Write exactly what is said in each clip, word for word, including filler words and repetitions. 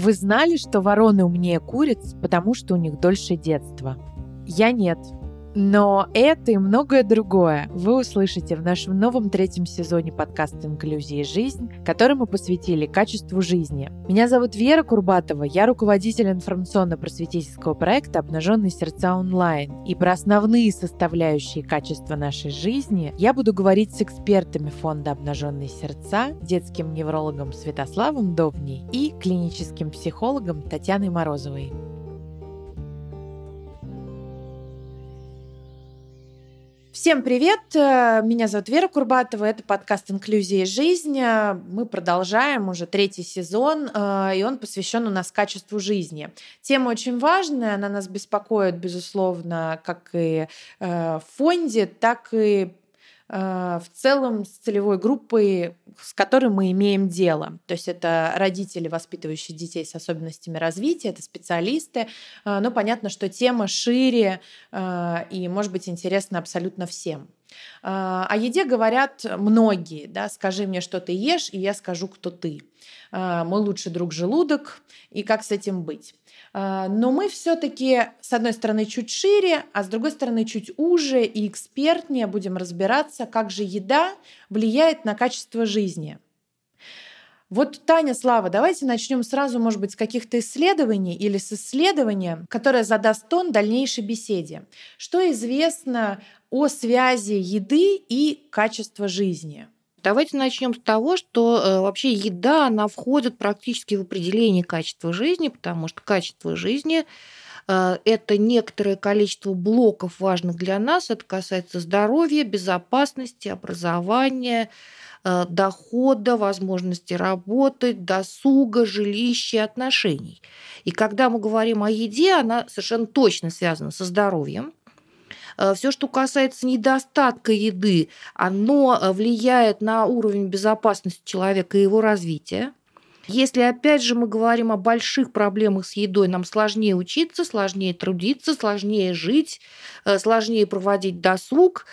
Вы знали, что вороны умнее куриц, потому что у них дольше детства? Я нет. Но это и многое другое вы услышите в нашем новом третьем сезоне подкаста «Инклюзия и жизнь», который мы посвятили качеству жизни. Меня зовут Вера Курбатова, я руководитель информационно-просветительского проекта «Обнаженные сердца онлайн». И про основные составляющие качества нашей жизни я буду говорить с экспертами фонда «Обнаженные сердца», детским неврологом Святославом Довней и клиническим психологом Татьяной Морозовой. Всем привет! Меня зовут Вера Курбатова, это подкаст «Инклюзия и жизнь». Мы продолжаем уже третий сезон, и он посвящен у нас качеству жизни. Тема очень важная, она нас беспокоит, безусловно, как и в фонде, так и в целом с целевой группой, с которой мы имеем дело. То есть это родители, воспитывающие детей с особенностями развития, это специалисты. Но понятно, что тема шире и, может быть, интересна абсолютно всем. О еде говорят многие. Да? Скажи мне, что ты ешь, и я скажу, кто ты. Мой лучший друг желудок, и как с этим быть. Но мы все-таки, с одной стороны, чуть шире, а с другой стороны, чуть уже и экспертнее будем разбираться, как же еда влияет на качество жизни. Вот, Таня, Слава, давайте начнем сразу, может быть, с каких-то исследований или с исследования, которое задаст тон дальнейшей беседе. Что известно о связи еды и качества жизни? Давайте начнем с того, что э, вообще еда, она входит практически в определение качества жизни, потому что качество жизни э, – это некоторое количество блоков важных для нас. Это касается здоровья, безопасности, образования, э, дохода, возможности работать, досуга, жилища, отношений. И когда мы говорим о еде, она совершенно точно связана со здоровьем. Все, что касается недостатка еды, оно влияет на уровень безопасности человека и его развития. Если, опять же, мы говорим о больших проблемах с едой, нам сложнее учиться, сложнее трудиться, сложнее жить, сложнее проводить досуг,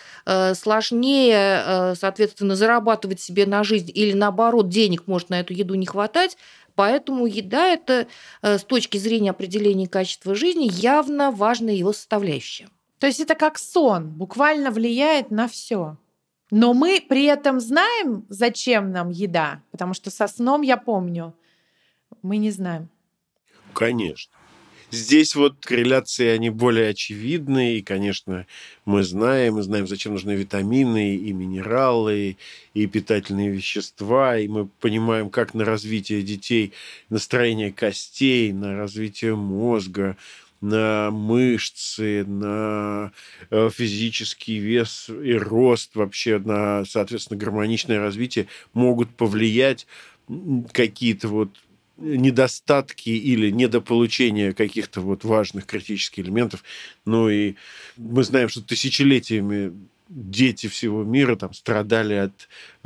сложнее, соответственно, зарабатывать себе на жизнь или, наоборот, денег может на эту еду не хватать. Поэтому еда – это, с точки зрения определения качества жизни, явно важная его составляющая. То есть это как сон, буквально влияет на все. Но мы при этом знаем, зачем нам еда, потому что со сном, я помню, мы не знаем. Конечно. Здесь вот корреляции, они более очевидны, и, конечно, мы знаем, мы знаем, зачем нужны витамины и минералы, и питательные вещества, и мы понимаем, как на развитие детей, на строение костей, на развитие мозга, на мышцы, на физический вес и рост, вообще на, соответственно, гармоничное развитие могут повлиять какие-то вот недостатки или недополучение каких-то вот важных критических элементов. Ну и мы знаем, что тысячелетиями дети всего мира там страдали от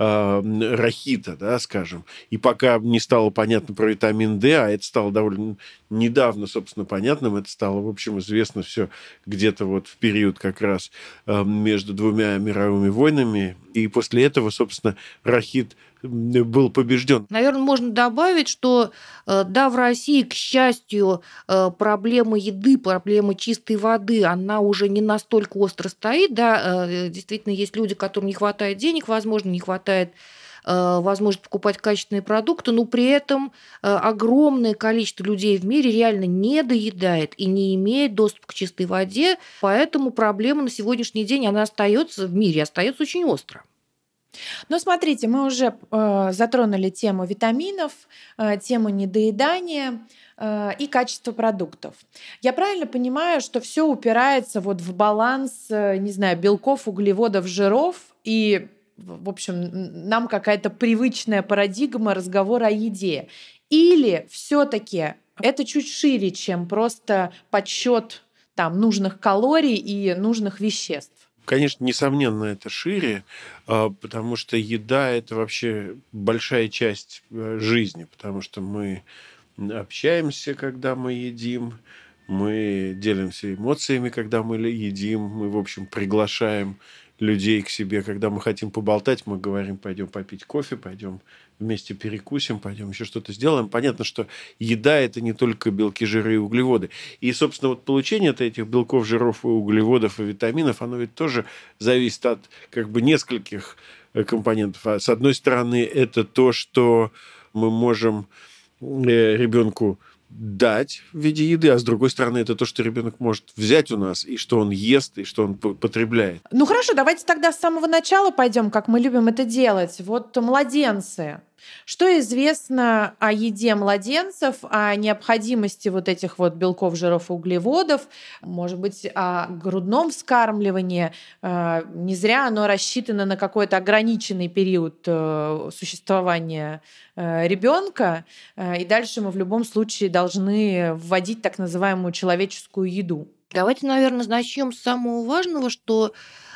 э, рахита, да, скажем. И пока не стало понятно про витамин D, а это стало довольно недавно, собственно, понятным, это стало, в общем, известно все где-то вот в период как раз э, между двумя мировыми войнами. И после этого, собственно, рахит был побежден. Наверное, можно добавить, что да, в России, к счастью, проблема еды, проблема чистой воды, она уже не настолько остро стоит. Да, действительно, есть люди, которым не хватает денег, возможно, не хватает возможности покупать качественные продукты, но при этом огромное количество людей в мире реально не доедает и не имеет доступа к чистой воде, поэтому проблема на сегодняшний день, она остается в мире, остается очень остро. Ну, смотрите, мы уже э, затронули тему витаминов, э, тему недоедания э, и качество продуктов. Я правильно понимаю, что все упирается вот в баланс, э, не знаю, белков, углеводов, жиров, и, в общем, нам какая-то привычная парадигма разговора о еде? Или все-таки это чуть шире, чем просто подсчет там нужных калорий и нужных веществ? Конечно, несомненно, это шире, потому что еда – это вообще большая часть жизни, потому что мы общаемся, когда мы едим, мы делимся эмоциями, когда мы едим, мы, в общем, приглашаем людей к себе, когда мы хотим поболтать, мы говорим, пойдем попить кофе, пойдем вместе перекусим, пойдем еще что-то сделаем. Понятно, что еда – это не только белки, жиры и углеводы. И, собственно, вот получение этих белков, жиров, и углеводов и витаминов, оно ведь тоже зависит от как бы нескольких компонентов. А с одной стороны, это то, что мы можем ребенку дать в виде еды, а с другой стороны, это то, что ребенок может взять у нас, и что он ест, и что он потребляет. Ну хорошо, давайте тогда с самого начала пойдем, как мы любим это делать. Вот младенцы. Что известно о еде младенцев, о необходимости вот этих вот белков, жиров и углеводов, может быть, о грудном вскармливании? Не зря оно рассчитано на какой-то ограниченный период существования ребенка, и дальше мы в любом случае должны вводить так называемую человеческую еду. Давайте, наверное, начнем с самого важного, что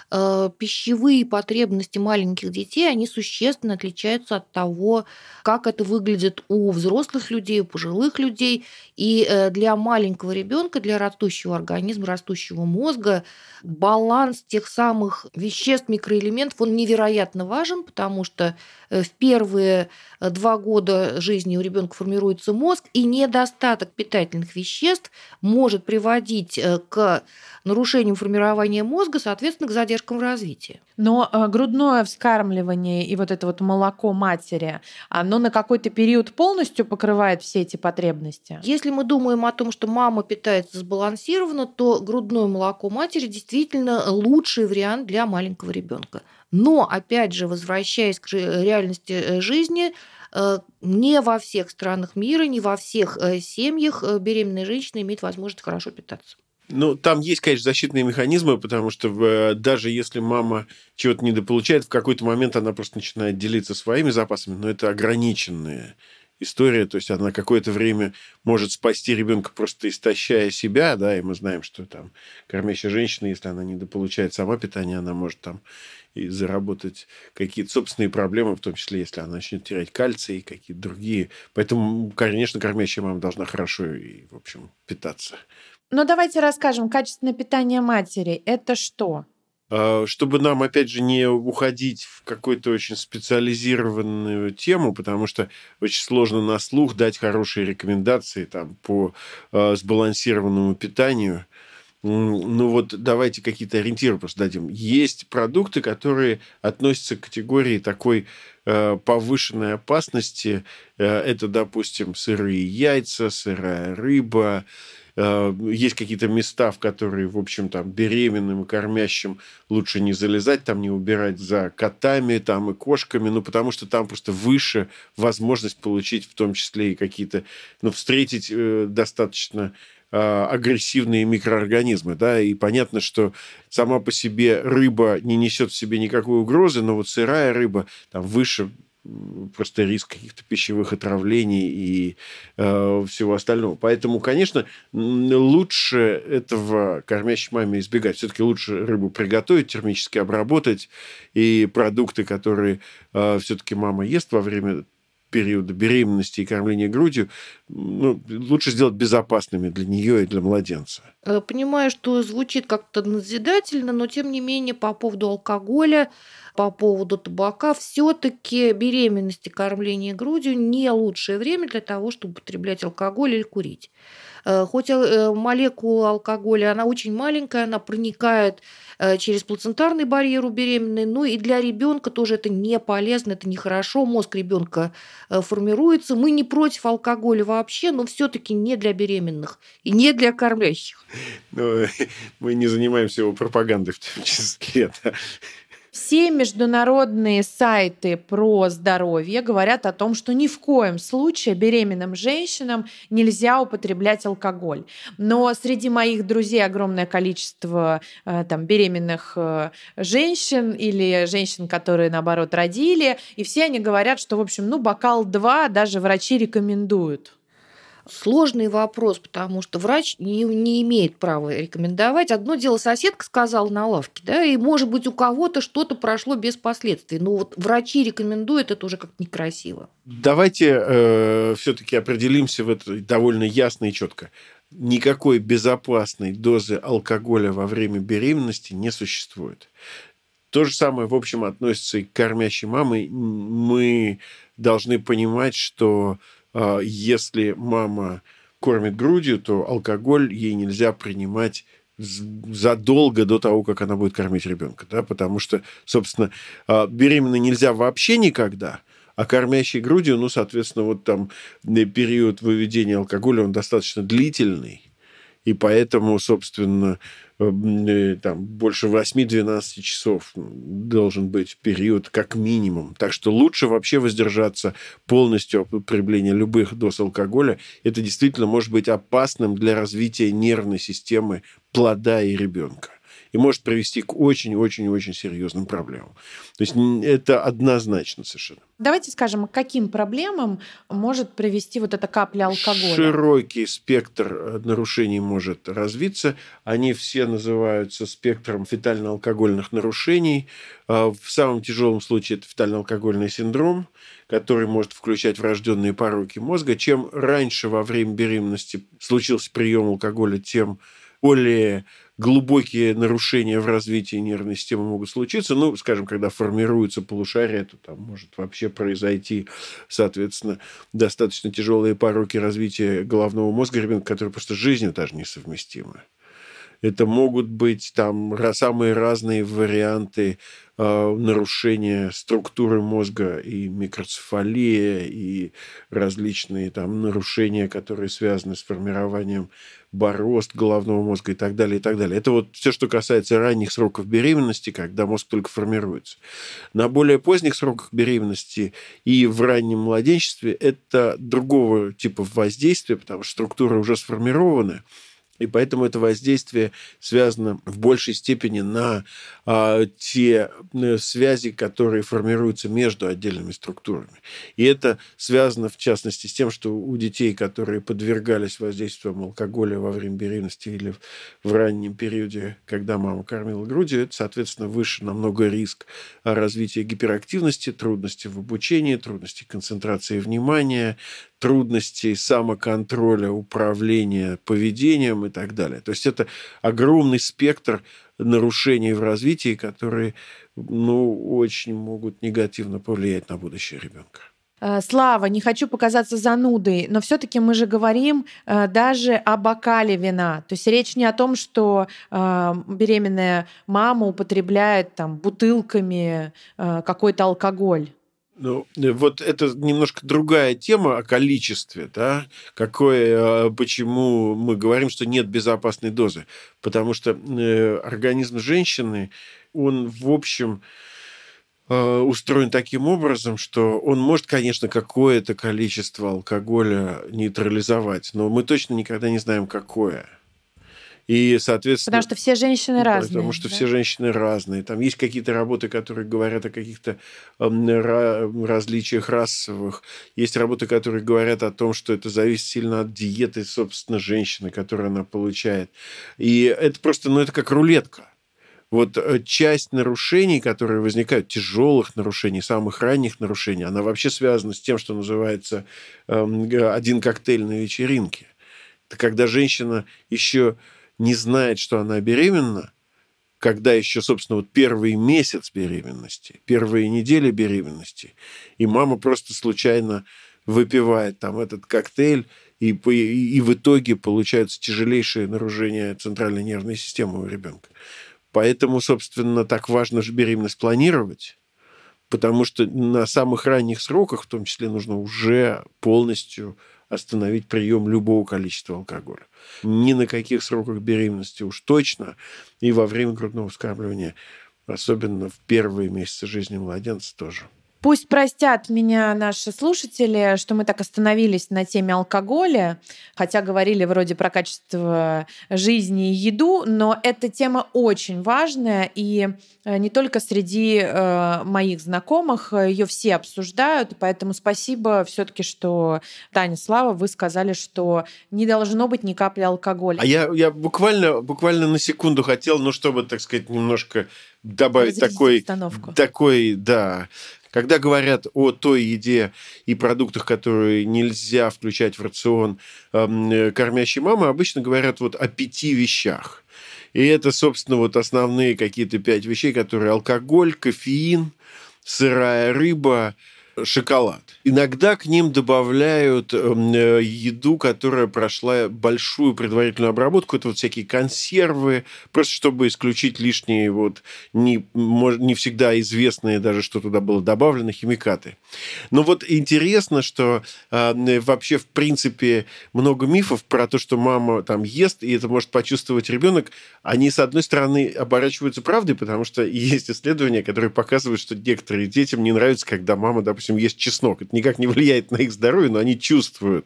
пищевые потребности маленьких детей, они существенно отличаются от того, как это выглядит у взрослых людей, у пожилых людей. И для маленького ребенка, для растущего организма, растущего мозга баланс тех самых веществ, микроэлементов, он невероятно важен, потому что в первые два года жизни у ребенка формируется мозг, и недостаток питательных веществ может приводить к нарушениям формирования мозга, соответственно, к задержкам в развитии. Но грудное вскармливание и вот это вот молоко матери, оно на какой-то период полностью покрывает все эти потребности? Если мы думаем о том, что мама питается сбалансированно, то грудное молоко матери действительно лучший вариант для маленького ребенка. Но, опять же, возвращаясь к реальности жизни, не во всех странах мира, не во всех семьях беременная женщина имеет возможность хорошо питаться. Ну, там есть, конечно, защитные механизмы, потому что даже если мама чего-то недополучает, в какой-то момент она просто начинает делиться своими запасами, но это ограниченная история, то есть она какое-то время может спасти ребенка, просто истощая себя, да, и мы знаем, что там кормящая женщина, если она недополучает сама питание, она может там и заработать какие-то собственные проблемы, в том числе, если она начнет терять кальций и какие-то другие. Поэтому, конечно, кормящая мама должна хорошо и, в общем, питаться. Но давайте расскажем, качественное питание матери – это что? Чтобы нам, опять же, не уходить в какую-то очень специализированную тему, потому что очень сложно на слух дать хорошие рекомендации там, по сбалансированному питанию. Ну вот давайте какие-то ориентиры просто дадим. Есть продукты, которые относятся к категории такой повышенной опасности. Это, допустим, сырые яйца, сырая рыба. Есть какие-то места, в которые, в общем, там, беременным и кормящим лучше не залезать, там не убирать за котами там, и кошками, ну, потому что там просто выше возможность получить в том числе и какие-то, ну, встретить э, достаточно э, агрессивные микроорганизмы, да, и понятно, что сама по себе рыба не несет в себе никакой угрозы, но вот сырая рыба там выше просто риск каких-то пищевых отравлений и э, всего остального. Поэтому, конечно, лучше этого кормящей маме избегать. Все-таки лучше рыбу приготовить, термически обработать, и продукты, которые э, все-таки мама ест во время периода беременности и кормления грудью, ну, лучше сделать безопасными для нее и для младенца. Понимаю, что звучит как-то назидательно, но тем не менее по поводу алкоголя, по поводу табака, все-таки беременность и кормление грудью не лучшее время для того, чтобы употреблять алкоголь или курить. Хоть молекула алкоголя, она очень маленькая, она проникает через плацентарный барьер у беременной, но и для ребенка тоже это не полезно, это нехорошо, мозг ребенка формируется. Мы не против алкоголя вообще, но все-таки не для беременных и не для кормящих. Но мы не занимаемся его пропагандой в том числе. Да. Все международные сайты про здоровье говорят о том, что ни в коем случае беременным женщинам нельзя употреблять алкоголь. Но среди моих друзей огромное количество там, беременных женщин или женщин, которые, наоборот, родили, и все они говорят, что, в общем, ну, бокал два даже врачи рекомендуют. Сложный вопрос, потому что врач не, не имеет права рекомендовать. Одно дело, соседка сказала на лавке, да, и, может быть, у кого-то что-то прошло без последствий. Но вот врачи рекомендуют, это уже как-то некрасиво. Давайте э, все-таки определимся в это довольно ясно и четко. Никакой безопасной дозы алкоголя во время беременности не существует. То же самое, в общем, относится и к кормящей маме. Мы должны понимать, что э, если мама кормит грудью, то алкоголь ей нельзя принимать задолго до того, как она будет кормить ребенка, да, потому что, собственно, э, беременной нельзя вообще никогда, а кормящей грудью, ну, соответственно, вот там период выведения алкоголя, он достаточно длительный, и поэтому, собственно, там больше восемь-двенадцать часов должен быть период как минимум. Так что лучше вообще воздержаться полностью от употребления любых доз алкоголя. Это действительно может быть опасным для развития нервной системы плода и ребенка. И может привести к очень-очень-очень серьезным проблемам. То есть это однозначно совершенно. Давайте скажем, к каким проблемам может привести вот эта капля алкоголя? Широкий спектр нарушений может развиться. Они все называются спектром фетально-алкогольных нарушений. В самом тяжелом случае это фетально-алкогольный синдром, который может включать врожденные пороки мозга. Чем раньше во время беременности случился прием алкоголя, тем более глубокие нарушения в развитии нервной системы могут случиться. Ну, скажем, когда формируется полушарие, то там может вообще произойти, соответственно, достаточно тяжелые пороки развития головного мозга ребенка, которые просто с жизнью даже несовместимы. Это могут быть там самые разные варианты э, нарушения структуры мозга, и микроцефалия, и различные там нарушения, которые связаны с формированием борозд головного мозга и так далее, и так далее. Это вот все, что касается ранних сроков беременности, когда мозг только формируется. На более поздних сроках беременности и в раннем младенчестве это другого типа воздействия, потому что структура уже сформирована. И поэтому это воздействие связано в большей степени на а, те связи, которые формируются между отдельными структурами. И это связано, в частности, с тем, что у детей, которые подвергались воздействию алкоголя во время беременности или в раннем периоде, когда мама кормила грудью, это, соответственно, выше намного риск развития гиперактивности, трудностей в обучении, трудностей концентрации внимания, трудностей самоконтроля, управления поведением и так далее. То есть это огромный спектр нарушений в развитии, которые, ну, очень могут негативно повлиять на будущее ребенка. Слава, не хочу показаться занудой, но все-таки мы же говорим э, даже о бокале вина. То есть речь не о том, что э, беременная мама употребляет там бутылками э, какой-то алкоголь. Ну, вот это немножко другая тема о количестве, да, какое, почему мы говорим, что нет безопасной дозы. Потому что организм женщины, он, в общем, устроен таким образом, что он может, конечно, какое-то количество алкоголя нейтрализовать, но мы точно никогда не знаем, какое. И, соответственно, потому что все женщины разные. Потому что да? все женщины разные. Там есть какие-то работы, которые говорят о каких-то э, различиях расовых. Есть работы, которые говорят о том, что это зависит сильно от диеты, собственно, женщины, которую она получает. И это просто, ну, это как рулетка. Вот часть нарушений, которые возникают, тяжелых нарушений, самых ранних нарушений, она вообще связана с тем, что называется э, один коктейль на вечеринке. Это когда женщина еще не знает, что она беременна, когда еще, собственно, вот первый месяц беременности, первые недели беременности, и мама просто случайно выпивает там этот коктейль, и, и, и в итоге получаются тяжелейшие нарушения центральной нервной системы у ребенка. Поэтому, собственно, так важно же беременность планировать, потому что на самых ранних сроках, в том числе, нужно уже полностью остановить прием любого количества алкоголя. Ни на каких сроках беременности уж точно, и во время грудного вскармливания, особенно в первые месяцы жизни младенца тоже. Пусть простят меня наши слушатели, что мы так остановились на теме алкоголя, хотя говорили вроде про качество жизни и еду, но эта тема очень важная, и не только среди э, моих знакомых ее все обсуждают, поэтому спасибо все-таки, что, Таня, Слава, вы сказали, что не должно быть ни капли алкоголя. А я, я буквально, буквально на секунду хотел, ну, чтобы, так сказать, немножко добавить такой, такой, да... Когда говорят о той еде и продуктах, которые нельзя включать в рацион э, кормящей мамы, обычно говорят вот о пяти вещах. И это, собственно, вот основные какие-то пять вещей, которые алкоголь, кофеин, сырая рыба, шоколад. Иногда к ним добавляют э, еду, которая прошла большую предварительную обработку. Это вот всякие консервы, просто чтобы исключить лишние, вот, не, может, не всегда известные даже, что туда было добавлено, химикаты. Но вот интересно, что э, вообще, в принципе, много мифов про то, что мама там ест, и это может почувствовать ребенок. Они, с одной стороны, оборачиваются правдой, потому что есть исследования, которые показывают, что некоторым детям не нравится, когда мама, допустим, есть чеснок. Это никак не влияет на их здоровье, но они чувствуют.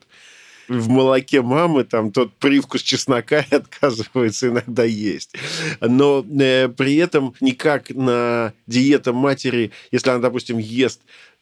В молоке мамы там тот привкус чеснока отказывается иногда есть. Но э, при этом никак на диета матери, если она, допустим, ест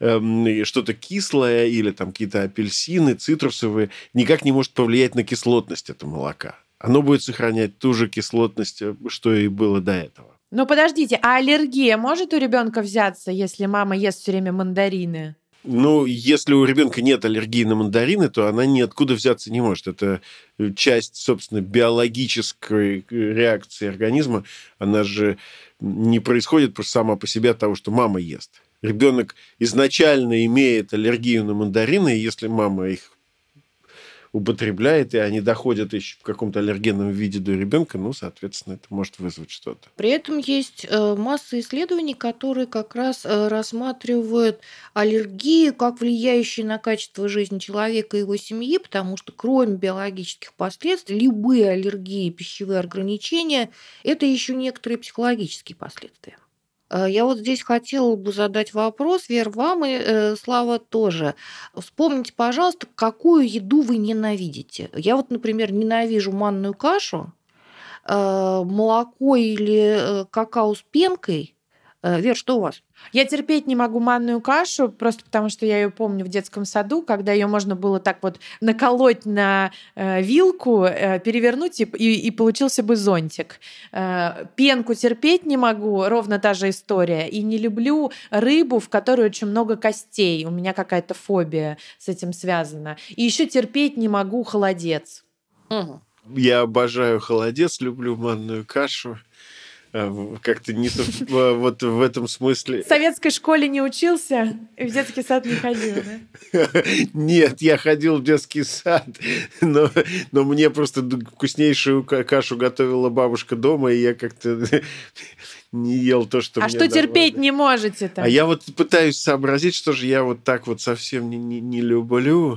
э, что-то кислое или там какие-то апельсины, цитрусовые, никак не может повлиять на кислотность этого молока. Оно будет сохранять ту же кислотность, что и было до этого. Ну, подождите, а аллергия может у ребенка взяться, если мама ест все время мандарины? Ну, если у ребенка нет аллергии на мандарины, то она ниоткуда взяться не может. Это часть, собственно, биологической реакции организма. Она же не происходит просто сама по себе от того, что мама ест. Ребенок изначально имеет аллергию на мандарины, и если мама их употребляет, и они доходят еще в каком-то аллергенном виде до ребенка, ну, соответственно, это может вызвать что-то. При этом есть масса исследований, которые как раз рассматривают аллергию как влияющую на качество жизни человека и его семьи, потому что кроме биологических последствий, любые аллергии, пищевые ограничения – это еще некоторые психологические последствия. Я вот здесь хотела бы задать вопрос, Вер, вам и э, Слава тоже. Вспомните, пожалуйста, какую еду вы ненавидите. Я вот, например, ненавижу манную кашу, э, молоко или э, какао с пенкой. Э, Вер, что у вас? Я терпеть не могу манную кашу, просто потому что я ее помню в детском саду, когда ее можно было так вот наколоть на э, вилку, э, перевернуть, и, и, и получился бы зонтик. Э, пенку терпеть не могу, ровно та же история. И не люблю рыбу, в которой очень много костей. У меня какая-то фобия с этим связана. И еще терпеть не могу холодец. Угу. Я обожаю холодец, люблю манную кашу. Как-то не вот в этом смысле. В советской школе не учился, в детский сад не ходил, да? Нет, я ходил в детский сад, но, но мне просто вкуснейшую кашу готовила бабушка дома, и я как-то не ел то, что а мне что давали. Терпеть не можете-то? А я вот пытаюсь сообразить, что же я вот так вот совсем не, не, не люблю.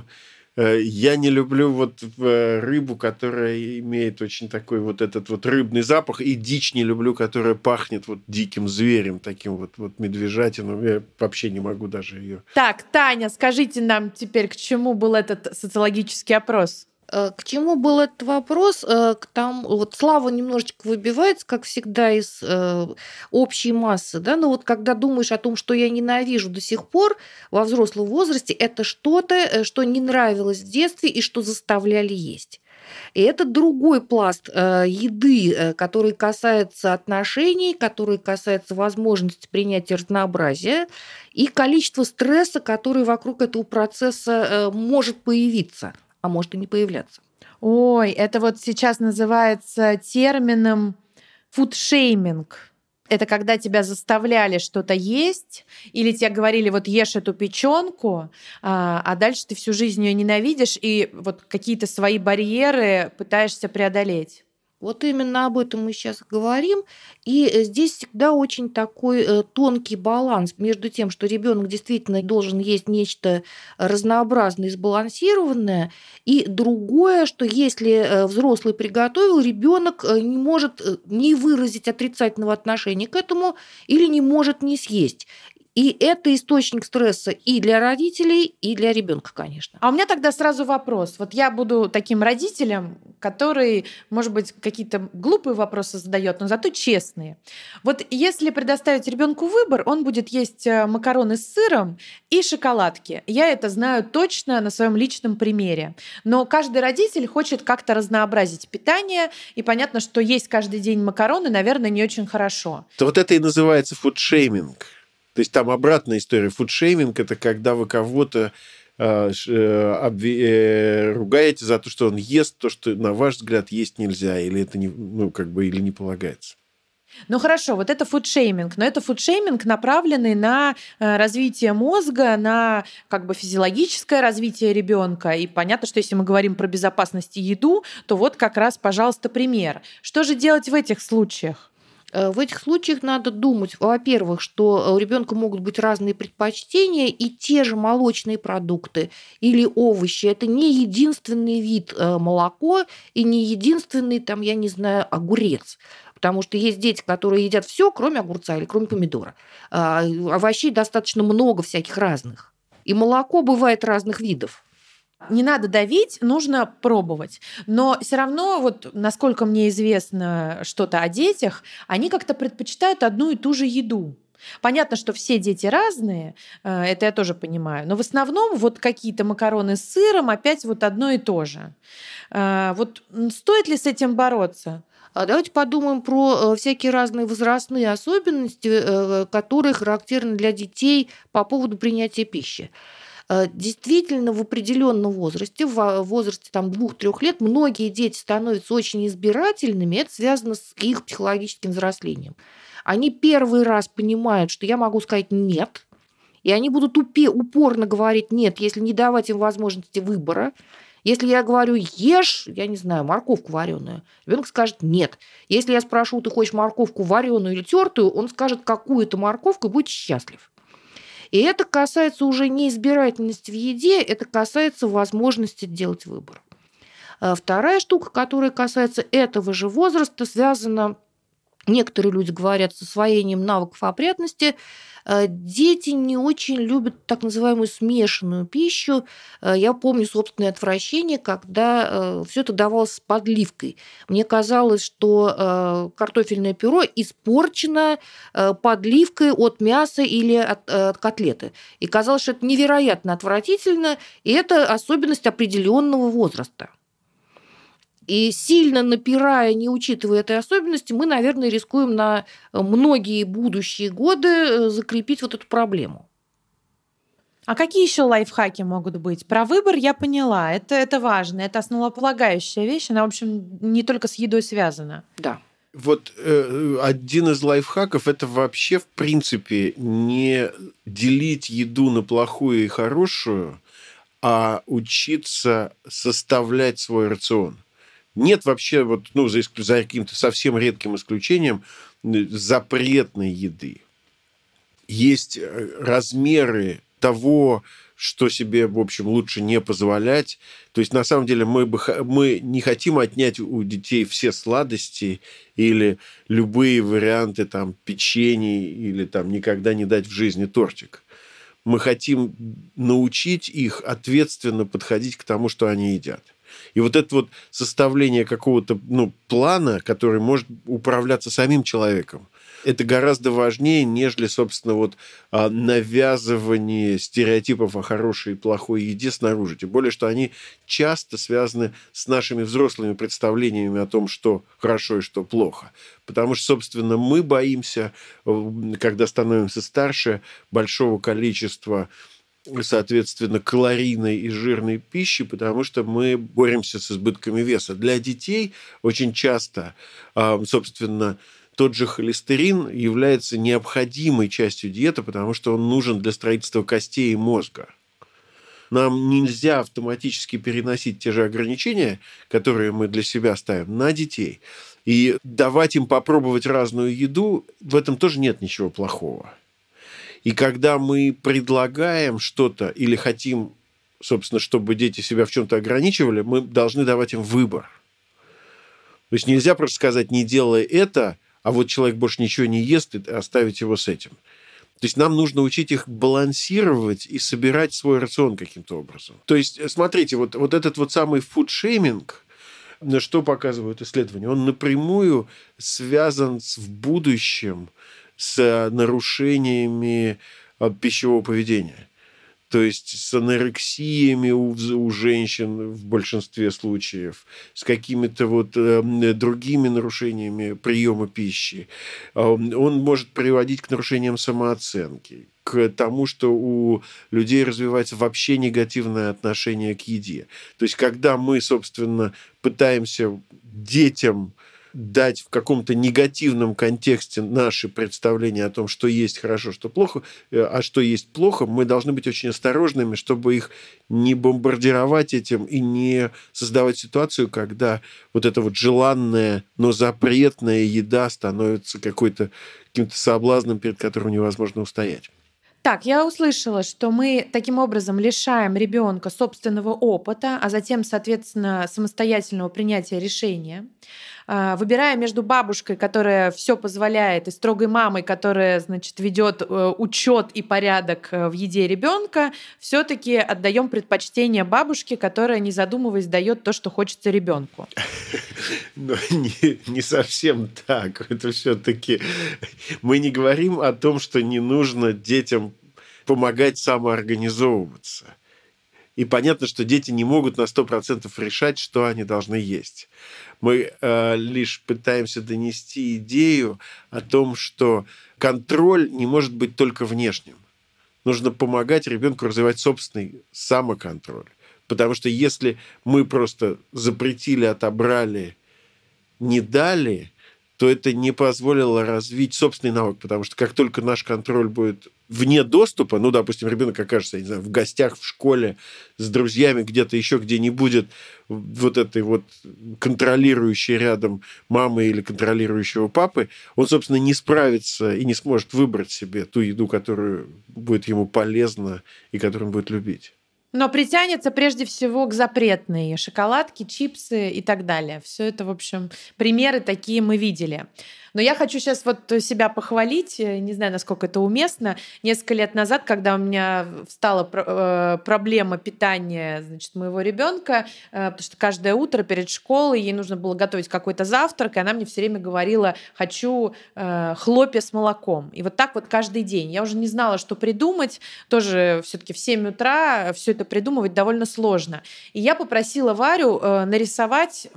Я не люблю вот рыбу, которая имеет очень такой вот этот вот рыбный запах, и дичь не люблю, которая пахнет вот диким зверем, таким вот, вот медвежатином. Я вообще не могу даже ее. Так, Таня, скажите нам теперь, к чему был этот социологический опрос? К чему был этот вопрос? К тому, вот Слава немножечко выбивается, как всегда, из э, общей массы, да, но вот когда думаешь о том, что я ненавижу до сих пор во взрослом возрасте, это что-то, что не нравилось в детстве и что заставляли есть. И это другой пласт э, еды, э, который касается отношений, который касается возможности принятия разнообразия и количества стресса, который вокруг этого процесса э, может появиться. А может и не появляться. Ой, это вот сейчас называется термином фудшейминг. Это когда тебя заставляли что-то есть, или тебе говорили, вот ешь эту печенку, а дальше ты всю жизнь ее ненавидишь и вот какие-то свои барьеры пытаешься преодолеть. Вот именно об этом мы сейчас говорим. И здесь всегда очень такой тонкий баланс между тем, что ребенок действительно должен есть нечто разнообразное и сбалансированное, и другое, что если взрослый приготовил, ребенок не может не выразить отрицательного отношения к этому или не может не съесть. И это источник стресса и для родителей, и для ребенка, конечно. А у меня тогда сразу вопрос. Вот я буду таким родителем, который, может быть, какие-то глупые вопросы задает, но зато честные. Вот если предоставить ребенку выбор, он будет есть макароны с сыром и шоколадки. Я это знаю точно на своем личном примере. Но каждый родитель хочет как-то разнообразить питание, и понятно, что есть каждый день макароны, наверное, не очень хорошо. То вот это и называется фудшейминг. То есть там обратная история. Фудшейминг – это когда вы кого-то э, обви- э, ругаете за то, что он ест то, что, на ваш взгляд, есть нельзя, или это не, ну, как бы, или не полагается. Ну хорошо, вот это фудшейминг, но это фудшейминг, направленный на э, развитие мозга, на как бы физиологическое развитие ребенка. И понятно, что если мы говорим про безопасность и еду, то вот как раз, пожалуйста, пример. Что же делать в этих случаях? В этих случаях надо думать, во-первых, что у ребенка могут быть разные предпочтения, и те же молочные продукты или овощи – это не единственный вид молоко и не единственный, там, я не знаю, огурец. Потому что есть дети, которые едят все, кроме огурца или кроме помидора. А овощей достаточно много всяких разных. И молоко бывает разных видов. Не надо давить, нужно пробовать. Но все равно, вот насколько мне известно что-то о детях, они как-то предпочитают одну и ту же еду. Понятно, что все дети разные, это я тоже понимаю, но в основном вот какие-то макароны с сыром опять вот одно и то же. Вот стоит ли с этим бороться? Давайте подумаем про всякие разные возрастные особенности, которые характерны для детей по поводу принятия пищи. Действительно, в определенном возрасте, в возрасте там, двух-трёх лет, многие дети становятся очень избирательными. Это связано с их психологическим взрослением. Они первый раз понимают, что я могу сказать «нет», и они будут упе- упорно говорить «нет», если не давать им возможности выбора. Если я говорю «ешь», я не знаю, морковку вареную, ребенок скажет «нет». Если я спрошу «ты хочешь морковку вареную или тертую», он скажет «какую-то морковку» и будет счастлив. И это касается уже не избирательности в еде, это касается возможности делать выбор. Вторая штука, которая касается этого же возраста, связана, некоторые люди говорят, с освоением навыков опрятности. Дети не очень любят так называемую смешанную пищу. Я помню собственное отвращение, когда все это давалось с подливкой. Мне казалось, что картофельное пюре испорчено подливкой от мяса или от, от котлеты. И казалось, что это невероятно отвратительно, и это особенность определенного возраста. И сильно напирая, не учитывая этой особенности, мы, наверное, рискуем на многие будущие годы закрепить вот эту проблему. А какие еще лайфхаки могут быть? Про выбор я поняла. Это, это важно. Это основополагающая вещь. Она, в общем, не только с едой связана. Да. Вот э, один из лайфхаков – это вообще, в принципе, не делить еду на плохую и хорошую, а учиться составлять свой рацион. Нет вообще, вот, ну, за, за каким-то совсем редким исключением, запретной еды. Есть размеры того, что себе, в общем, лучше не позволять. То есть, на самом деле, мы, бы, мы не хотим отнять у детей все сладости или любые варианты там, печенья или там, никогда не дать в жизни тортик. Мы хотим научить их ответственно подходить к тому, что они едят. И вот это вот составление какого-то ну, плана, который может управляться самим человеком, это гораздо важнее, нежели, собственно, вот навязывание стереотипов о хорошей и плохой еде снаружи. Тем более, что они часто связаны с нашими взрослыми представлениями о том, что хорошо и что плохо. Потому что, собственно, мы боимся, когда становимся старше, большого количества, соответственно, калорийной и жирной пищи, потому что мы боремся с избытками веса. Для детей очень часто, собственно, тот же холестерин является необходимой частью диеты, потому что он нужен для строительства костей и мозга. Нам нельзя автоматически переносить те же ограничения, которые мы для себя ставим, на детей. И давать им попробовать разную еду, в этом тоже нет ничего плохого. И когда мы предлагаем что-то или хотим, собственно, чтобы дети себя в чем-то ограничивали, мы должны давать им выбор. То есть нельзя просто сказать, не делай это, а вот человек больше ничего не ест, и оставить его с этим. То есть нам нужно учить их балансировать и собирать свой рацион каким-то образом. То есть, смотрите, вот, вот этот вот самый фудшейминг, что показывают исследования, он напрямую связан с, в будущем с нарушениями пищевого поведения. То есть с анорексиями у, у женщин в большинстве случаев, с какими-то вот э, другими нарушениями приема пищи. Он может приводить к нарушениям самооценки, к тому, что у людей развивается вообще негативное отношение к еде. То есть, когда мы, собственно, пытаемся детям дать в каком-то негативном контексте наши представления о том, что есть хорошо, что плохо, а что есть плохо, мы должны быть очень осторожными, чтобы их не бомбардировать этим и не создавать ситуацию, когда вот эта вот желанная, но запретная еда становится какой-то каким-то соблазном, перед которым невозможно устоять. Так, я услышала, что мы таким образом лишаем ребенка собственного опыта, а затем, соответственно, самостоятельного принятия решения. Выбирая между бабушкой, которая все позволяет, и строгой мамой, которая, значит, ведет учет и порядок в еде ребенка, все-таки отдаем предпочтение бабушке, которая, не задумываясь, дает то, что хочется ребенку. Но не, не совсем так. Это все-таки мы не говорим о том, что не нужно детям помогать самоорганизовываться. И понятно, что дети не могут на сто процентов решать, что они должны есть. Мы э, лишь пытаемся донести идею о том, что контроль не может быть только внешним. Нужно помогать ребенку развивать собственный самоконтроль. Потому что если мы просто запретили, отобрали, не дали, то это не позволило развить собственный навык. Потому что как только наш контроль будет вне доступа, ну, допустим, ребенок окажется, я не знаю, в гостях, в школе, с друзьями, где-то еще, где не будет вот этой вот контролирующей рядом мамы или контролирующего папы, он, собственно, не справится и не сможет выбрать себе ту еду, которую будет ему полезна и которую он будет любить. Но притянется прежде всего к запретной шоколадке, чипсы и так далее. Все это, в общем, примеры такие мы видели. Но я хочу сейчас вот себя похвалить, не знаю, насколько это уместно. Несколько лет назад, когда у меня встала проблема питания, значит, моего ребенка, потому что каждое утро перед школой ей нужно было готовить какой-то завтрак, и она мне все время говорила: хочу хлопья с молоком. И вот так вот каждый день. Я уже не знала, что придумать. Тоже все-таки в семь утра все это придумывать довольно сложно. И я попросила Варю нарисовать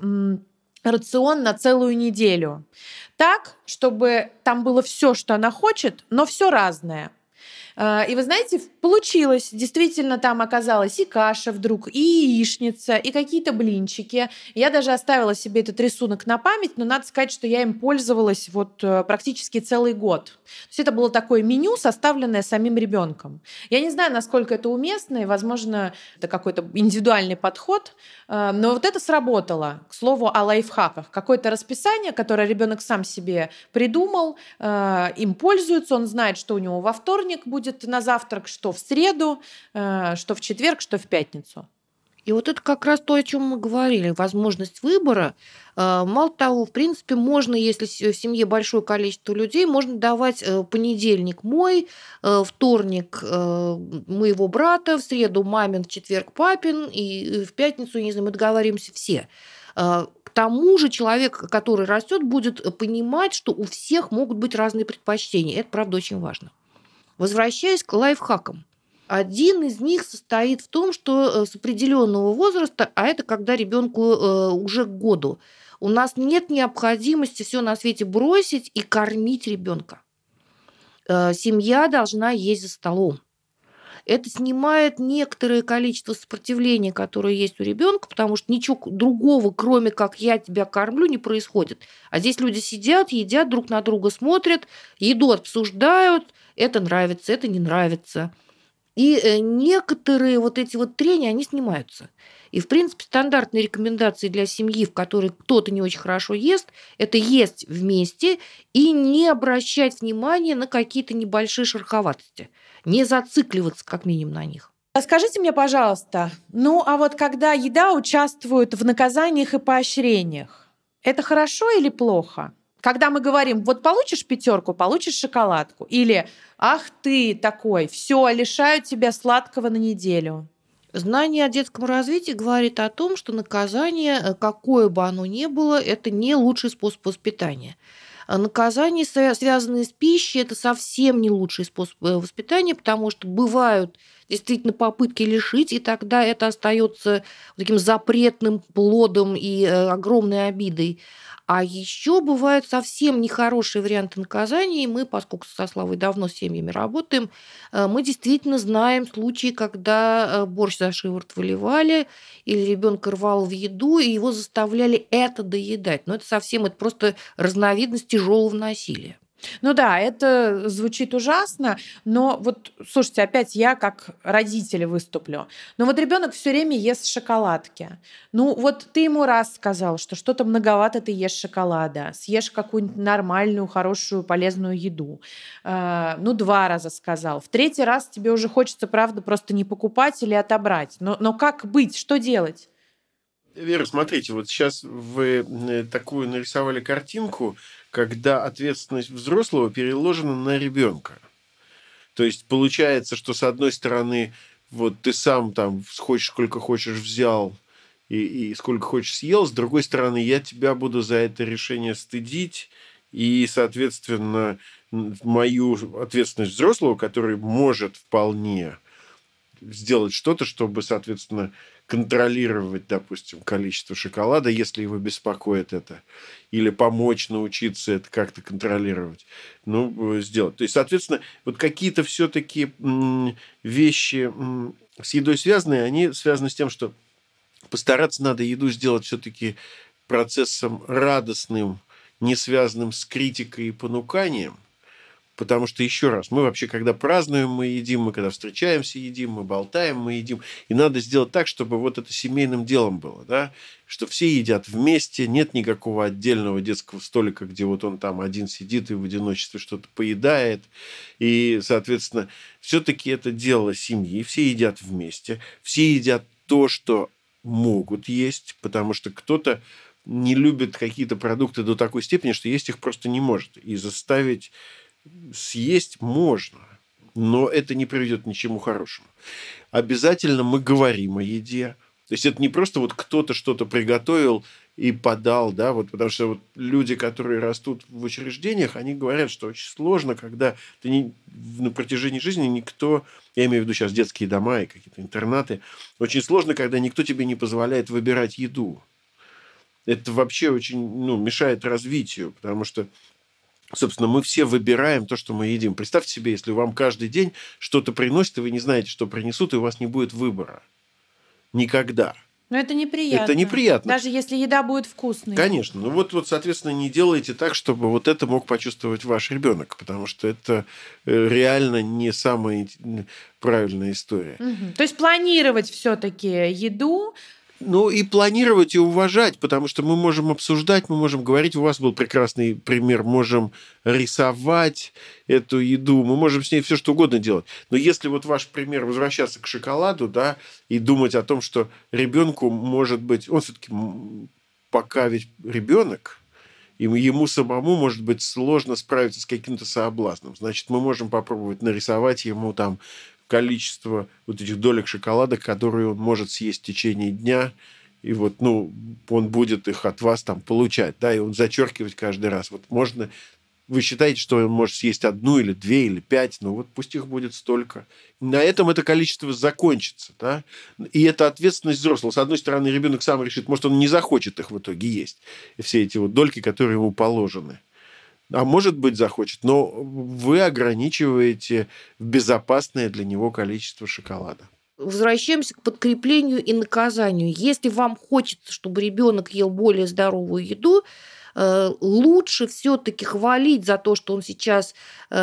рацион на целую неделю. Так, чтобы там было все, что она хочет, но все разное. И вы знаете, получилось. Действительно, там оказалась и каша вдруг, и яичница, и какие-то блинчики. Я даже оставила себе этот рисунок на память, но надо сказать, что я им пользовалась вот практически целый год. То есть это было такое меню, составленное самим ребенком. Я не знаю, насколько это уместно, и, возможно, это какой-то индивидуальный подход, но вот это сработало. К слову о лайфхаках. Какое-то расписание, которое ребенок сам себе придумал, им пользуется, он знает, что у него во вторник будет на завтрак, что в среду, что в четверг, что в пятницу. И вот это как раз то, о чем мы говорили, возможность выбора. Мало того, в принципе, можно, если в семье большое количество людей, можно давать понедельник мой, вторник моего брата, в среду мамин, в четверг папин, и в пятницу, не знаю, мы договариваемся все. К тому же человек, который растет, будет понимать, что у всех могут быть разные предпочтения. Это, правда, очень важно. Возвращаясь к лайфхакам. Один из них состоит в том, что с определенного возраста, а это когда ребенку уже к году, у нас нет необходимости все на свете бросить и кормить ребенка. Семья должна есть за столом. Это снимает некоторое количество сопротивления, которое есть у ребенка, потому что ничего другого, кроме как я тебя кормлю, не происходит. А здесь люди сидят, едят, друг на друга смотрят, еду обсуждают, это нравится, это не нравится. И некоторые вот эти вот трения, они снимаются. И, в принципе, стандартные рекомендации для семьи, в которой кто-то не очень хорошо ест, это есть вместе и не обращать внимания на какие-то небольшие шероховатости. Не зацикливаться, как минимум, на них. Скажите мне, пожалуйста, ну а вот когда еда участвует в наказаниях и поощрениях, это хорошо или плохо? Когда мы говорим: вот получишь пятерку, получишь шоколадку, или ах ты такой, все, лишаю тебя сладкого на неделю. Знание о детском развитии говорит о том, что наказание, какое бы оно ни было, это не лучший способ воспитания. Наказания, связанные с пищей, это совсем не лучший способ воспитания, потому что бывают действительно попытки лишить, и тогда это остается таким запретным плодом и э, огромной обидой. А еще бывают совсем нехорошие варианты наказания, и мы, поскольку со Славой давно с семьями работаем, э, мы действительно знаем случаи, когда э, борщ за шиворот выливали, или ребенка рвало в еду, и его заставляли это доедать. Но это совсем, это просто разновидность тяжелого насилия. Ну да, это звучит ужасно, но вот, слушайте, опять я как родитель выступлю. Но вот ребенок все время ест шоколадки. Ну вот ты ему раз сказал, что что-то многовато ты ешь шоколада, съешь какую-нибудь нормальную, хорошую, полезную еду. Э, ну два раза сказал. В третий раз тебе уже хочется, правда, просто не покупать или отобрать. Но, но как быть, что делать? Вера, смотрите, вот сейчас вы э, такую нарисовали картинку, когда ответственность взрослого переложена на ребенка. То есть получается, что с одной стороны, вот ты сам там хочешь, сколько хочешь взял и, и сколько хочешь съел, с другой стороны, я тебя буду за это решение стыдить, и, соответственно, мою ответственность взрослого, который может вполне сделать что-то, чтобы, соответственно, контролировать, допустим, количество шоколада, если его беспокоит это, или помочь научиться это как-то контролировать, ну, сделать. То есть, соответственно, вот какие-то все-таки вещи с едой связанные, они связаны с тем, что постараться надо еду сделать все-таки процессом радостным, не связанным с критикой и понуканием. Потому что, еще раз, мы вообще, когда празднуем, мы едим, мы когда встречаемся, едим, мы болтаем, мы едим. И надо сделать так, чтобы вот это семейным делом было, да? Что все едят вместе, нет никакого отдельного детского столика, где вот он там один сидит и в одиночестве что-то поедает. И, соответственно, все-таки это дело семьи, все едят вместе, все едят то, что могут есть, потому что кто-то не любит какие-то продукты до такой степени, что есть их просто не может. И заставить съесть можно, но это не приведет ни к чему хорошему. Обязательно мы говорим о еде. То есть это не просто вот кто-то что-то приготовил и подал, да, вот, потому что вот люди, которые растут в учреждениях, они говорят, что очень сложно, когда ты не, на протяжении жизни никто, я имею в виду сейчас детские дома и какие-то интернаты, очень сложно, когда никто тебе не позволяет выбирать еду. Это вообще очень, ну, мешает развитию, потому что собственно, мы все выбираем то, что мы едим. Представьте себе, если вам каждый день что-то приносят, и вы не знаете, что принесут, и у вас не будет выбора. Никогда. Но это неприятно. Это неприятно. Даже если еда будет вкусной. Конечно. Ну вот, вот, соответственно, не делайте так, чтобы вот это мог почувствовать ваш ребенок, потому что это реально не самая правильная история. Угу. То есть планировать все-таки еду. Ну, и планировать, и уважать, потому что мы можем обсуждать, мы можем говорить. У вас был прекрасный пример. Можем рисовать эту еду, мы можем с ней все что угодно делать. Но если вот ваш пример возвращаться к шоколаду, да, и думать о том, что ребенку может быть... Он все-таки пока ведь ребенок, и ему самому может быть сложно справиться с каким-то соблазном. Значит, мы можем попробовать нарисовать ему там количество вот этих долек шоколада, которые он может съесть в течение дня, и вот, ну, он будет их от вас там получать, да, и он зачеркивать каждый раз. Вот можно... Вы считаете, что он может съесть одну или две или пять, ну вот пусть их будет столько. На этом это количество закончится, да, и это ответственность взрослого. С одной стороны, ребенок сам решит, может, он не захочет их в итоге есть, и все эти вот дольки, которые ему положены. А может быть, захочет, но вы ограничиваете безопасное для него количество шоколада. Возвращаемся к подкреплению и наказанию. Если вам хочется, чтобы ребенок ел более здоровую еду, лучше все-таки хвалить за то, что он сейчас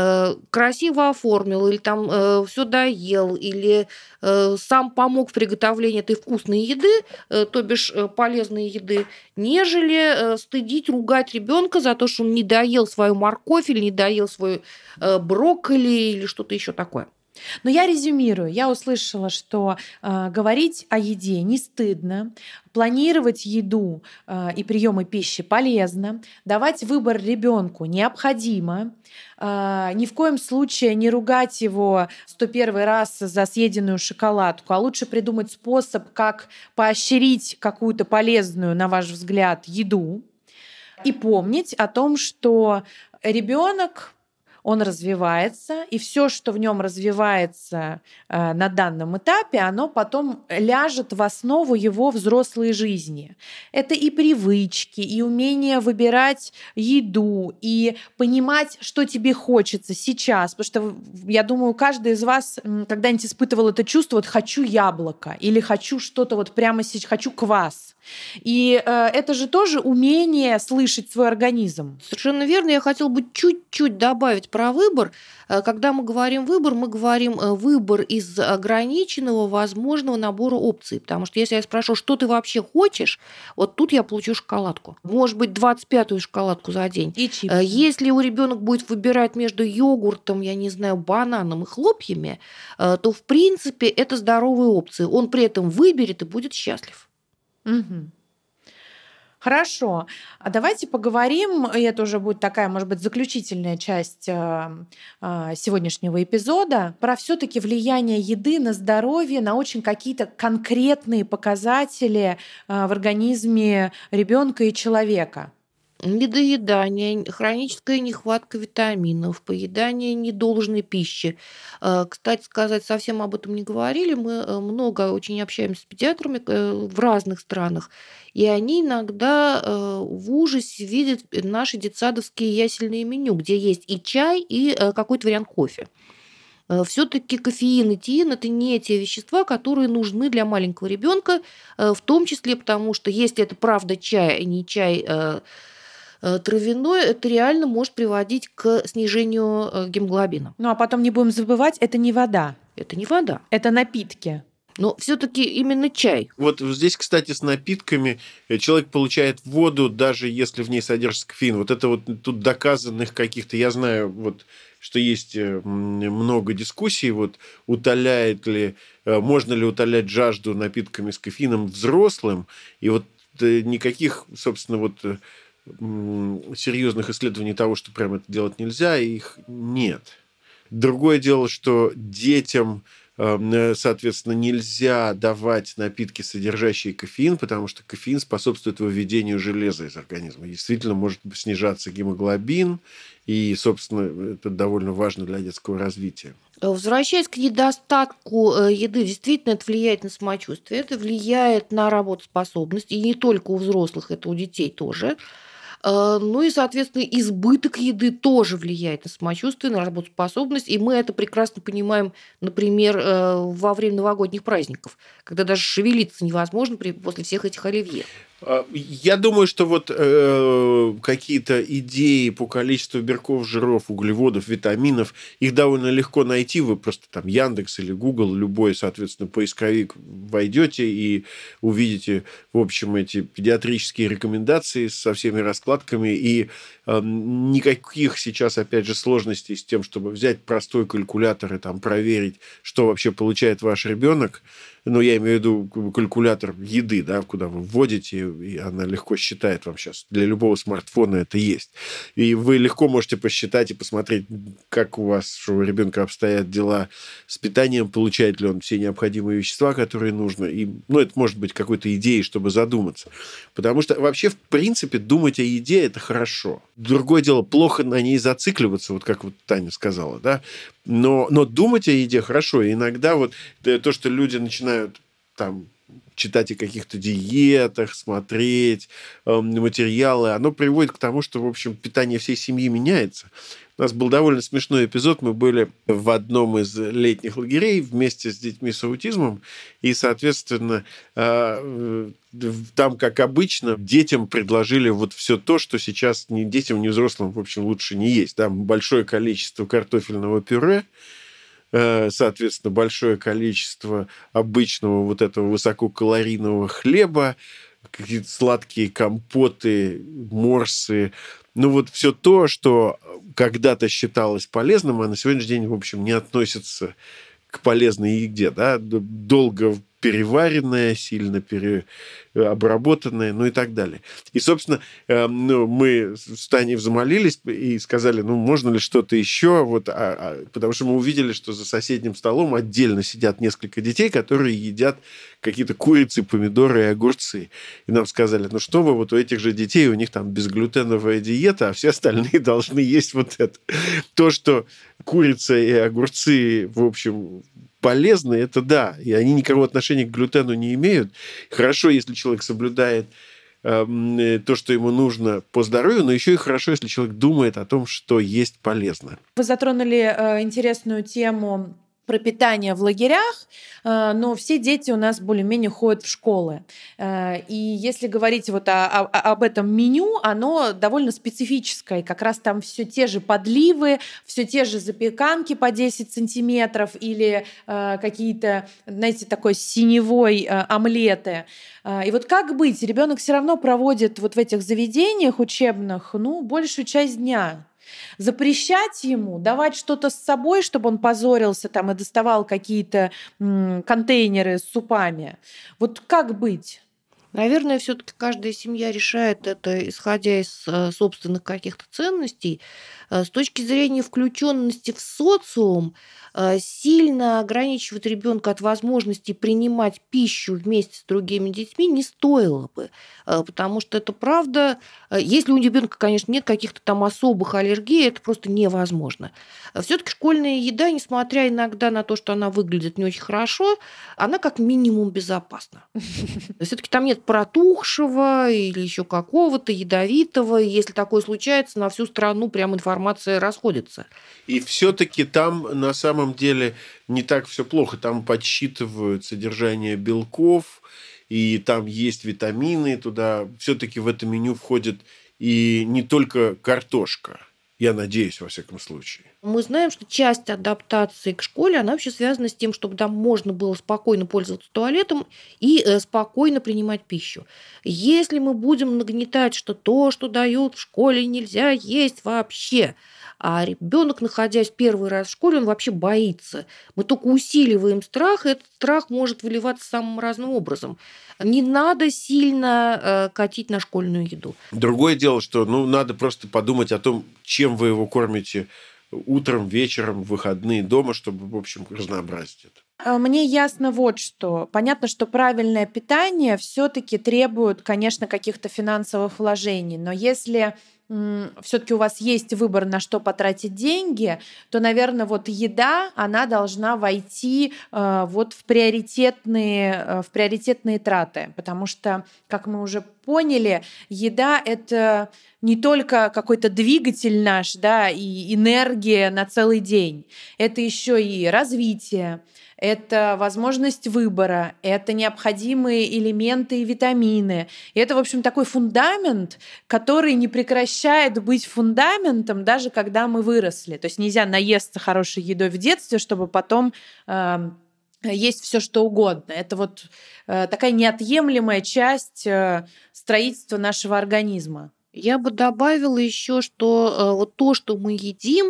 красиво оформил, или там все доел, или сам помог в приготовлении этой вкусной еды, то бишь полезной еды, нежели стыдить, ругать ребенка за то, что он не доел свою морковь или не доел свой брокколи или что-то еще такое. Но я резюмирую. Я услышала, что э, говорить о еде не стыдно, планировать еду э, и приемы пищи полезно, давать выбор ребенку необходимо, э, ни в коем случае не ругать его сто первый раз за съеденную шоколадку, а лучше придумать способ, как поощрить какую-то полезную, на ваш взгляд, еду, и помнить о том, что ребенок он развивается, и все, что в нем развивается э, на данном этапе, оно потом ляжет в основу его взрослой жизни. Это и привычки, и умение выбирать еду, и понимать, что тебе хочется сейчас. Потому что, я думаю, каждый из вас когда-нибудь испытывал это чувство, вот хочу яблоко, или хочу что-то вот прямо сейчас, хочу квас. И э, это же тоже умение слышать свой организм. Совершенно верно. Я хотела бы чуть-чуть добавить про выбор. Когда мы говорим выбор, мы говорим выбор из ограниченного возможного набора опций. Потому что если я спрошу, что ты вообще хочешь, вот тут я получу шоколадку. Может быть, двадцать пятую шоколадку за день. И чипсы. Если у ребенка будет выбирать между йогуртом, я не знаю, бананом и хлопьями, то, в принципе, это здоровые опции. Он при этом выберет и будет счастлив. Угу. Хорошо. А давайте поговорим, и это уже будет такая, может быть, заключительная часть э, э, сегодняшнего эпизода, про все-таки влияние еды на здоровье, на очень какие-то конкретные показатели э, в организме ребенка и человека. Недоедание, хроническая нехватка витаминов, поедание недолжной пищи. Кстати сказать, совсем об этом не говорили. Мы много очень общаемся с педиатрами в разных странах, и они иногда в ужасе видят наши детсадовские ясельные меню, где есть и чай, и какой-то вариант кофе. Все-таки кофеин и теин – это не те вещества, которые нужны для маленького ребенка, в том числе потому, что если это правда чай, а не чай травяной, это реально может приводить к снижению гемоглобина. Ну а потом не будем забывать, это не вода. Это не вода. Это напитки. Но все-таки именно чай. Вот здесь, кстати, с напитками человек получает воду, даже если в ней содержится кофеин. Вот это вот тут доказанных каких-то, я знаю, вот, что есть много дискуссий, вот утоляет ли, можно ли утолять жажду напитками с кофеином взрослым, и вот никаких, собственно, вот серьезных исследований того, что прям это делать нельзя, их нет. Другое дело, что детям, соответственно, нельзя давать напитки, содержащие кофеин, потому что кофеин способствует выведению железа из организма. Действительно, может снижаться гемоглобин, и, собственно, это довольно важно для детского развития. Возвращаясь к недостатку еды, действительно, это влияет на самочувствие, это влияет на работоспособность, и не только у взрослых, это у детей тоже. Ну и, соответственно, избыток еды тоже влияет на самочувствие, на работоспособность. И мы это прекрасно понимаем, например, во время новогодних праздников, когда даже шевелиться невозможно после всех этих оливье. Я думаю, что вот э, какие-то идеи по количеству белков, жиров, углеводов, витаминов, их довольно легко найти. Вы просто там Яндекс или Google, любой, соответственно, поисковик войдете и увидите, в общем, эти педиатрические рекомендации со всеми раскладками. И э, никаких сейчас, опять же, сложностей с тем, чтобы взять простой калькулятор и там проверить, что вообще получает ваш ребенок. Ну, я имею в виду калькулятор еды, да, куда вы вводите, и она легко считает вам сейчас. Для любого смартфона это есть. И вы легко можете посчитать и посмотреть, как у вас, что у ребенка обстоят дела с питанием, получает ли он все необходимые вещества, которые нужно. И, ну, это может быть какой-то идеей, чтобы задуматься. Потому что вообще, в принципе, думать о еде – это хорошо. Другое дело, плохо на ней зацикливаться, вот как вот Таня сказала, да. Но, но думать о еде хорошо. И иногда вот то, что люди начинают там читать о каких-то диетах, смотреть э, материалы, оно приводит к тому, что, в общем, питание всей семьи меняется. У нас был довольно смешной эпизод. Мы были в одном из летних лагерей вместе с детьми с аутизмом. И, соответственно, э, там, как обычно, детям предложили вот все то, что сейчас ни детям, ни взрослым, в общем, лучше не есть. Там большое количество картофельного пюре, соответственно, большое количество обычного вот этого высококалорийного хлеба, какие-то сладкие компоты, морсы. Ну, вот все то, что когда-то считалось полезным, а на сегодняшний день, в общем, не относится к полезной еде, да, долго переваренная, сильно пере, обработанное, ну и так далее. И, собственно, ну, мы с Таней взмолились и сказали, ну, можно ли что-то еще, вот, а, а, потому что мы увидели, что за соседним столом отдельно сидят несколько детей, которые едят какие-то курицы, помидоры и огурцы. И нам сказали, ну что вы, вот у этих же детей, у них там безглютеновая диета, а все остальные должны есть вот это. То, что курица и огурцы, в общем, полезны, это да, и они никакого отношения к глютену не имеют. Хорошо, если человек соблюдает э, то, что ему нужно по здоровью, но еще и хорошо, если человек думает о том, что есть полезно. Вы затронули э, интересную тему про питание в лагерях, но все дети у нас более-менее ходят в школы. И если говорить вот о, о, об этом меню, оно довольно специфическое. Как раз там все те же подливы, все те же запеканки по десять сантиметров или какие-то, знаете, такой синевой омлеты. И вот как быть? Ребенок все равно проводит вот в этих заведениях учебных, ну, большую часть дня. Запрещать ему, давать что-то с собой, чтобы он позорился там и доставал какие-то м, контейнеры с супами. Вот как быть? Наверное, все-таки каждая семья решает это, исходя из э, собственных каких-то ценностей. Э, С точки зрения включенности в социум, э, сильно ограничивать ребенка от возможности принимать пищу вместе с другими детьми не стоило бы, Э, потому что это правда. э, Если у ребенка, конечно, нет каких-то там особых аллергий, это просто невозможно. Все-таки школьная еда, несмотря иногда на то, что она выглядит не очень хорошо, она как минимум безопасна. Все-таки там нет протухшего или еще какого-то ядовитого. И если такое случается, на всю страну прям информация расходится. И все-таки там на самом деле не так все плохо. Там подсчитывают содержание белков, и там есть витамины. Туда все-таки в это меню входит и не только картошка. Я надеюсь, во всяком случае. Мы знаем, что часть адаптации к школе, она вообще связана с тем, чтобы там можно было спокойно пользоваться туалетом и э, спокойно принимать пищу. Если мы будем нагнетать, что то, что дают в школе, нельзя есть вообще, а ребенок, находясь первый раз в школе, он вообще боится. Мы только усиливаем страх, и этот страх может выливаться самым разным образом. Не надо сильно э, катить на школьную еду. Другое дело, что ну, надо просто подумать о том, чем вы его кормите утром, вечером, в выходные дома, чтобы, в общем, разнообразить это. Мне ясно вот что. Понятно, что правильное питание все-таки требует, конечно, каких-то финансовых вложений. Но если все-таки у вас есть выбор, на что потратить деньги, то, наверное, вот еда, она должна войти э, вот в приоритетные, э, в приоритетные траты, потому что, как мы уже поняли, еда — это не только какой-то двигатель наш, да, и энергия на целый день, это еще и развитие, это возможность выбора, это необходимые элементы и витамины. И это, в общем, такой фундамент, который не прекращает быть фундаментом, даже когда мы выросли. То есть нельзя наесться хорошей едой в детстве, чтобы потом э, есть все что угодно. Это вот э, такая неотъемлемая часть э, строительства нашего организма. Я бы добавила еще, что э, вот то, что мы едим,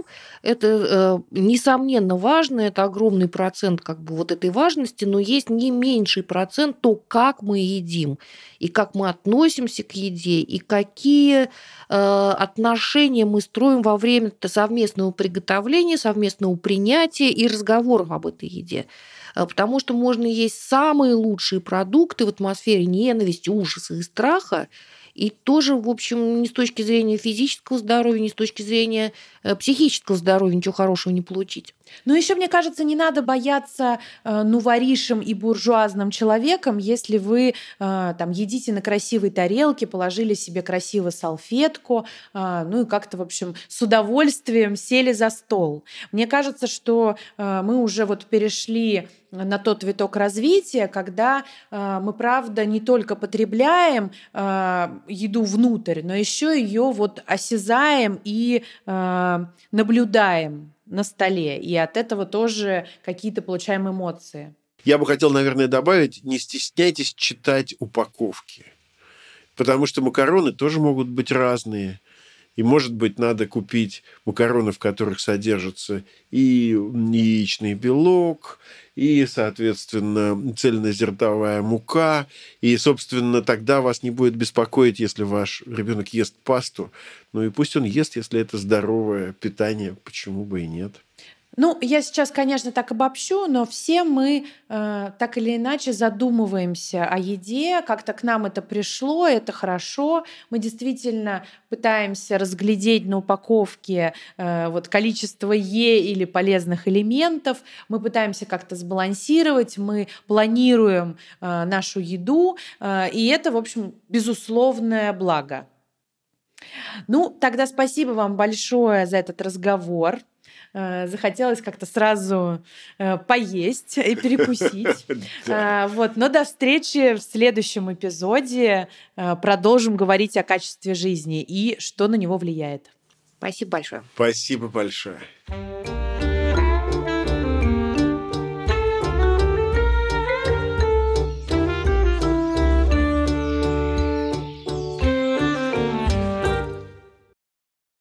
это э, несомненно важно, это огромный процент как бы вот этой важности, но есть не меньший процент то, как мы едим, и как мы относимся к еде, и какие э, отношения мы строим во время совместного приготовления, совместного принятия и разговоров об этой еде. Потому что можно есть самые лучшие продукты в атмосфере ненависти, ужаса и страха, и тоже, в общем, ни с точки зрения физического здоровья, ни с точки зрения психического здоровья ничего хорошего не получить. Ну, еще, мне кажется, не надо бояться э, нуворишем и буржуазным человеком, если вы э, там едите на красивой тарелке, положили себе красиво салфетку, э, ну и как-то, в общем, с удовольствием сели за стол. Мне кажется, что э, мы уже вот перешли на тот виток развития, когда э, мы, правда, не только потребляем э, еду внутрь, но еще ее вот осязаем и э, наблюдаем на столе, и от этого тоже какие-то получаем эмоции. Я бы хотел, наверное, добавить, не стесняйтесь читать упаковки, потому что макароны тоже могут быть разные, И, может быть, надо купить макароны, в которых содержится и яичный белок, и, соответственно, цельнозерновая мука. И, собственно, тогда вас не будет беспокоить, если ваш ребенок ест пасту. Ну и пусть он ест, если это здоровое питание, почему бы и нет. Ну, я сейчас, конечно, так обобщу, но все мы э, так или иначе задумываемся о еде, как-то к нам это пришло, это хорошо. Мы действительно пытаемся разглядеть на упаковке э, вот количество Е или полезных элементов, мы пытаемся как-то сбалансировать, мы планируем э, нашу еду, э, и это, в общем, безусловное благо. Ну, тогда спасибо вам большое за этот разговор. Захотелось как-то сразу поесть и перекусить. Вот. Но до встречи в следующем эпизоде. Продолжим говорить о качестве жизни и что на него влияет. Спасибо большое. Спасибо большое.